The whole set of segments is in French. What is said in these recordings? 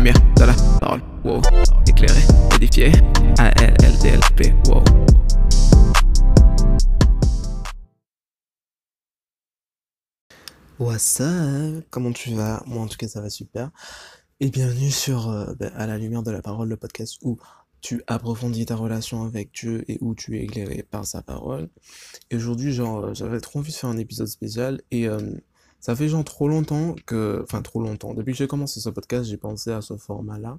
lumière de la parole, wow. Éclairé, édifié, ALLDLP, wow. What's up? Comment tu vas? Moi en tout cas ça va super. Et bienvenue sur À la lumière de la parole, le podcast où tu approfondis ta relation avec Dieu et où tu es éclairé par sa parole. Et aujourd'hui j'avais trop envie de faire un épisode spécial et ça fait genre trop longtemps que... Enfin trop longtemps. Depuis que j'ai commencé ce podcast j'ai pensé à ce format-là.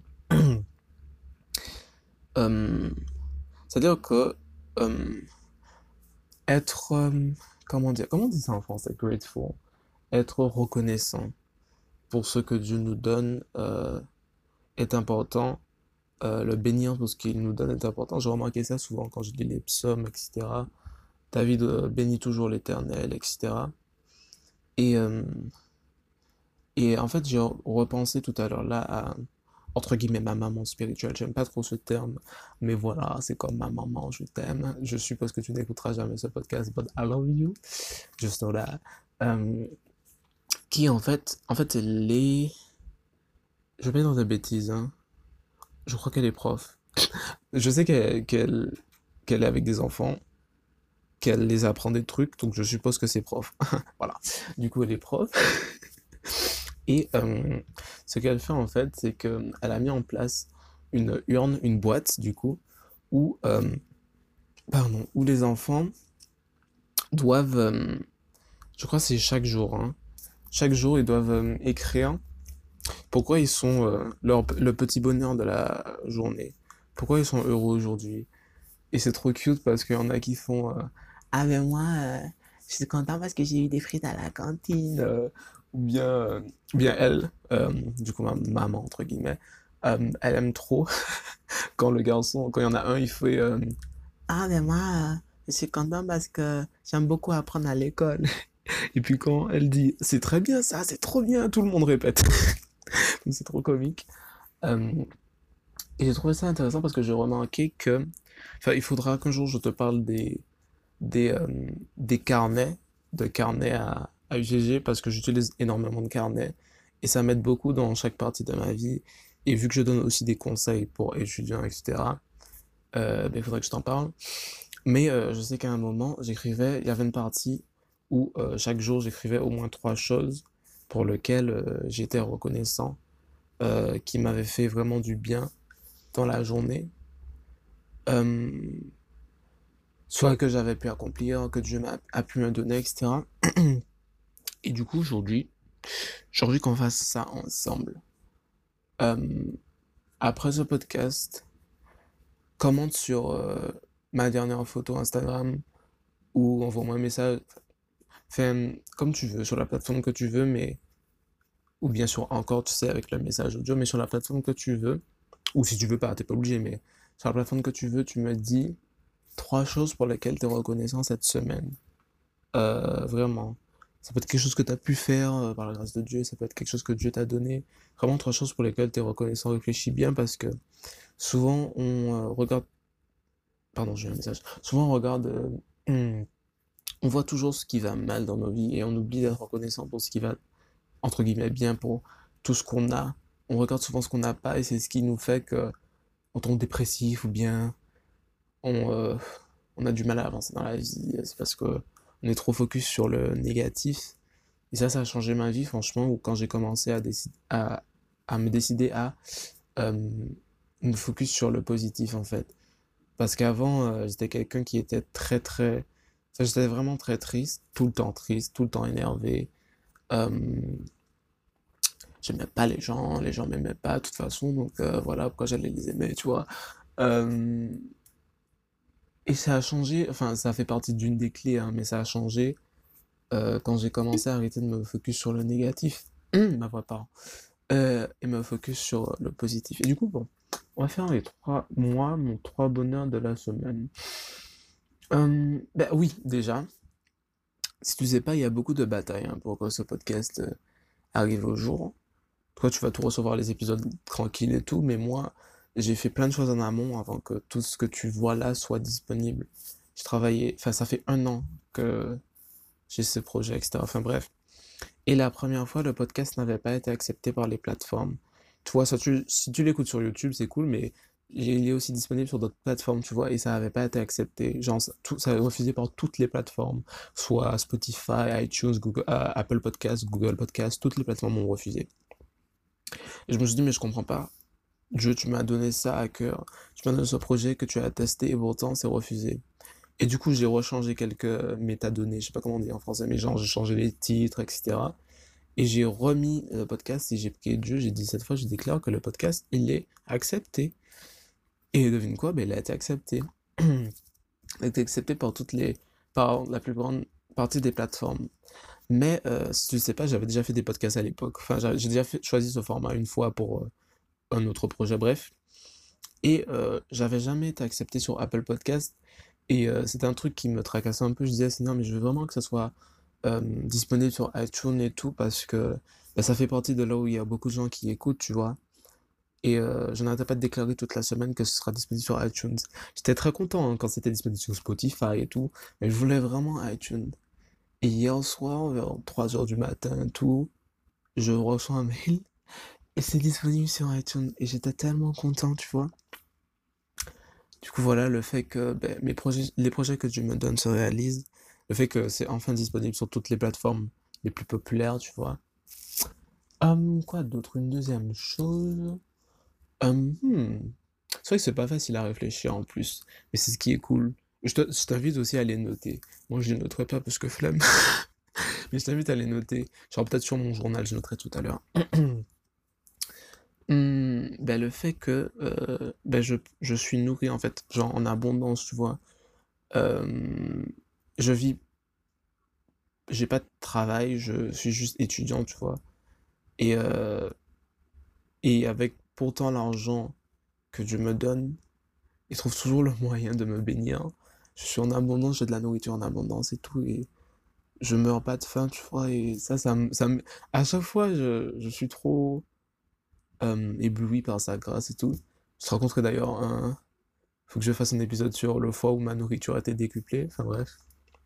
Euh, C'est-à-dire que euh, être... comment on dit ça en français? Grateful. Être reconnaissant pour ce que Dieu nous donne est important. Le bénir pour ce qu'il nous donne est important. J'ai remarqué ça souvent quand je lis les psaumes, etc. David bénit toujours l'Éternel, etc. Et, euh, et en fait, j'ai repensé tout à l'heure là à, entre guillemets, ma maman spirituelle. J'aime pas trop ce terme, mais voilà, c'est comme ma maman, je t'aime. Je suppose que tu n'écouteras jamais ce podcast, but I love you. Just know that. Euh, qui en fait, elle est... Je vais pas dire de bêtises, hein. Je crois qu'elle est prof. Je sais qu'elle est avec des enfants, qu'elle les apprend des trucs, donc je suppose que c'est prof. Voilà. Du coup, elle est prof. Et ce qu'elle fait en fait, c'est qu'elle a mis en place une urne, une boîte, du coup, où, où les enfants doivent, je crois que c'est chaque jour, hein, chaque jour, ils doivent écrire pourquoi ils sont, le petit bonheur de la journée, pourquoi ils sont heureux aujourd'hui. Et c'est trop cute parce qu'il y en a qui font ah ben moi je suis content parce que j'ai eu des frites à la cantine ou bien elle du coup ma maman entre guillemets elle aime trop quand le garçon quand il y en a un il fait ah ben moi je suis content parce que j'aime beaucoup apprendre à l'école et puis quand elle dit c'est très bien ça c'est trop bien tout le monde répète. Donc c'est trop comique. Euh, et j'ai trouvé ça intéressant parce que j'ai remarqué que enfin il faudra qu'un jour je te parle des carnets, de carnets à UGG parce que j'utilise énormément de carnets et ça m'aide beaucoup dans chaque partie de ma vie. Et vu que je donne aussi des conseils pour étudiants, etc., ben, il faudrait que je t'en parle. Mais je sais qu'à un moment, j'écrivais, il y avait une partie où chaque jour j'écrivais au moins 3 choses pour lesquelles j'étais reconnaissant, qui m'avaient fait vraiment du bien dans la journée. Euh, Soit que j'avais pu accomplir, que Dieu a pu me donner, etc. Et du coup, aujourd'hui, j'ai envie qu'on fasse ça ensemble. Euh, Après ce podcast, commente sur ma dernière photo Instagram ou envoie-moi un message. Fais comme tu veux, sur la plateforme que tu veux, mais ou bien sûr encore, tu sais, avec le message audio, mais sur la plateforme que tu veux, ou si tu veux pas, t'es pas obligé, mais sur la plateforme que tu veux, tu me dis 3 choses pour lesquelles tu es reconnaissant cette semaine. Vraiment. Ça peut être quelque chose que tu as pu faire par la grâce de Dieu, ça peut être quelque chose que Dieu t'a donné. Vraiment 3 choses pour lesquelles tu es reconnaissant. Réfléchis bien parce que souvent on regarde. Pardon, j'ai eu un message. Souvent on regarde. On voit toujours ce qui va mal dans nos vies et on oublie d'être reconnaissant pour ce qui va, entre guillemets, bien, pour tout ce qu'on a. On regarde souvent ce qu'on n'a pas et c'est ce qui nous fait que on tombe dépressif ou bien on, euh, on a du mal à avancer dans la vie. C'est parce que on est trop focus sur le négatif. Et ça a changé ma vie, franchement, ou quand j'ai commencé à me décider à euh, me focus sur le positif, en fait. Parce qu'avant, j'étais quelqu'un qui était très, très... Enfin, j'étais vraiment très triste, tout le temps énervé. Euh, J'aimais pas les gens m'aimaient pas de toute façon, donc voilà pourquoi j'allais les aimer, tu vois. Euh, et ça a changé, enfin, ça fait partie d'une des clés, hein, mais ça a changé quand j'ai commencé à arrêter de me focus sur le négatif. Ma voix part. Et me focus sur le positif. Et du coup, bon, on va faire les 3 mois, mon 3 bonheurs de la semaine. Ben oui, déjà, si tu sais pas, il y a beaucoup de batailles hein, pour que ce podcast arrive au jour. Toi, tu vas tout recevoir les épisodes tranquilles et tout, mais moi, j'ai fait plein de choses en amont avant que tout ce que tu vois là soit disponible. J'ai travaillé, enfin, ça fait 1 an que j'ai ce projet, etc. Enfin bref. Et la première fois, le podcast n'avait pas été accepté par les plateformes. Tu vois, si tu l'écoutes sur YouTube, c'est cool, mais il est aussi disponible sur d'autres plateformes, tu vois, et ça n'avait pas été accepté. Genre, ça avait refusé par toutes les plateformes, soit Spotify, iTunes, Apple Podcasts, Google Podcasts, toutes les plateformes ont refusé. Et je me suis dit, mais je comprends pas. Dieu, tu m'as donné ça à cœur, tu m'as donné ce projet que tu as testé, et pourtant, c'est refusé. Et du coup, j'ai rechangé quelques métadonnées, je sais pas comment on dit en français, mais genre, j'ai changé les titres, etc. Et j'ai remis le podcast et j'ai prié Dieu, j'ai dit cette fois, je déclare que le podcast, il est accepté. Et devine quoi, ben, il a été accepté. Il a été accepté par la plus grande partie des plateformes. Mais si tu ne sais pas, j'avais déjà fait des podcasts à l'époque. Enfin, j'ai déjà choisi ce format une fois pour un autre projet, bref. Et j'avais jamais été accepté sur Apple Podcast. Et c'était un truc qui me tracassait un peu. Je disais, Seigneur, mais je veux vraiment que ça soit disponible sur iTunes et tout, parce que bah, ça fait partie de là où il y a beaucoup de gens qui écoutent, tu vois. Et je n'arrêtais pas de déclarer toute la semaine que ce sera disponible sur iTunes. J'étais très content hein, quand c'était disponible sur Spotify et tout, mais je voulais vraiment iTunes. Et hier soir, vers 3 heures du matin, tout, je reçois un mail et c'est disponible sur iTunes. Et j'étais tellement content, tu vois. Du coup, voilà, le fait que ben, les projets que Dieu me donne se réalisent, le fait que c'est enfin disponible sur toutes les plateformes les plus populaires, tu vois. Quoi d'autre? Une deuxième chose. C'est vrai que c'est pas facile à réfléchir en plus, mais c'est ce qui est cool. Je t'invite aussi à les noter. Moi, je les noterai pas parce que flemme, mais je t'invite à les noter. Genre peut-être sur mon journal, je noterai tout à l'heure. Ben, le fait que ben, je suis nourri en fait, genre en abondance, tu vois. Euh, je vis, j'ai pas de travail, je suis juste étudiant, tu vois. Et, euh, et avec pourtant l'argent que Dieu me donne, il trouve toujours le moyen de me bénir. Je suis en abondance, j'ai de la nourriture en abondance et tout, et je meurs pas de faim, tu vois, et à chaque fois, je suis trop ébloui par sa grâce et tout. Je te raconterai d'ailleurs faut que je fasse un épisode sur le fois où ma nourriture a été décuplée, enfin bref.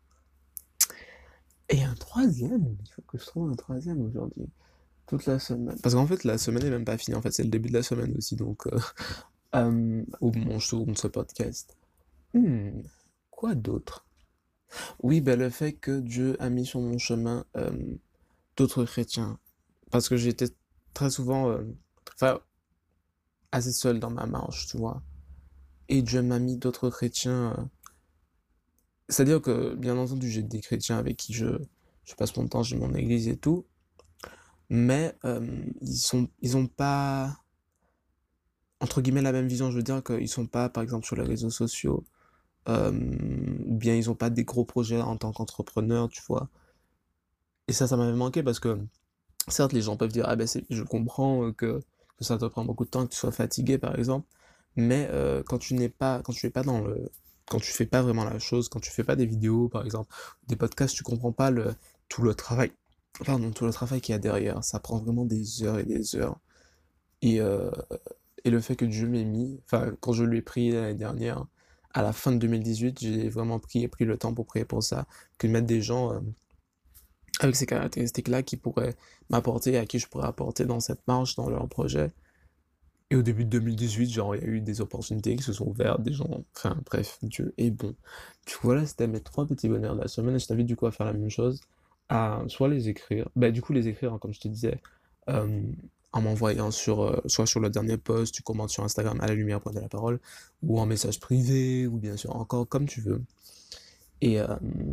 Et un troisième, il faut que je trouve un troisième aujourd'hui. Toute la semaine. Parce qu'en fait, la semaine est même pas finie, en fait, c'est le début de la semaine aussi, donc, au moment où je tourne ce podcast. Hmm, quoi d'autre? Oui, ben, le fait que Dieu a mis sur mon chemin d'autres chrétiens. Parce que j'étais très souvent, enfin, assez seul dans ma marche, tu vois. Et Dieu m'a mis d'autres chrétiens. C'est-à-dire que, bien entendu, j'ai des chrétiens avec qui je passe mon temps, j'ai mon église et tout. Mais ils ont pas, entre guillemets, la même vision. Je veux dire qu'ils sont pas, par exemple, sur les réseaux sociaux. Ou bien ils ont pas des gros projets en tant qu'entrepreneurs, tu vois. Et ça m'avait manqué parce que, certes, les gens peuvent dire, ah ben je comprends que ça te prend beaucoup de temps, que tu sois fatigué, par exemple, mais quand tu es pas quand tu fais pas vraiment la chose, quand tu fais pas des vidéos, par exemple, des podcasts, tu comprends pas tout le travail, tout le travail qu'il y a derrière. Ça prend vraiment des heures et des heures. Et, euh, et le fait que Dieu m'ait mis, enfin, quand je lui ai prié l'année dernière, à la fin de 2018, j'ai vraiment pris le temps pour prier pour ça, que de mettre des gens, avec ces caractéristiques-là qui pourraient m'apporter, à qui je pourrais apporter dans cette marche, dans leur projet. Et au début de 2018, genre, il y a eu des opportunités qui se sont ouvertes, des gens, enfin, bref, Dieu est bon. Du coup, voilà, c'était mes 3 petits bonheurs de la semaine, et je t'invite du coup à faire la même chose, à soit les écrire, bah, du coup, les écrire, hein, comme je te disais, euh, en m'envoyant soit sur le dernier post, tu commentes sur Instagram à la lumière point de la parole, ou en message privé, ou bien sûr encore comme tu veux. Et,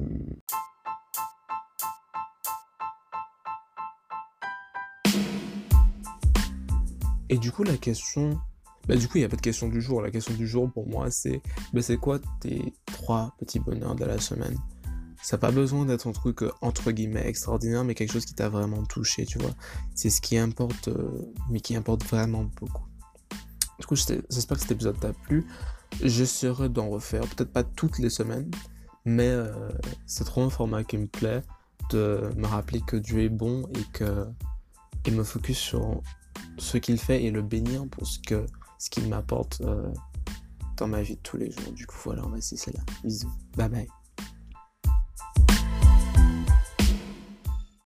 Et du coup, du coup, il n'y a pas de question du jour. La question du jour, pour moi, c'est quoi tes 3 petits bonheurs de la semaine? Ça n'a pas besoin d'être un truc, entre guillemets, extraordinaire, mais quelque chose qui t'a vraiment touché, tu vois. C'est ce qui importe, mais qui importe vraiment beaucoup. Du coup, j'espère que cet épisode t'a plu. J'essaierai d'en refaire, peut-être pas toutes les semaines, mais c'est trop un format qui me plaît, de me rappeler que Dieu est bon et me focus sur ce qu'il fait et le bénir pour ce qu'il m'apporte dans ma vie de tous les jours. Du coup, voilà, on va essayer celle-là. Bisous. Bye bye.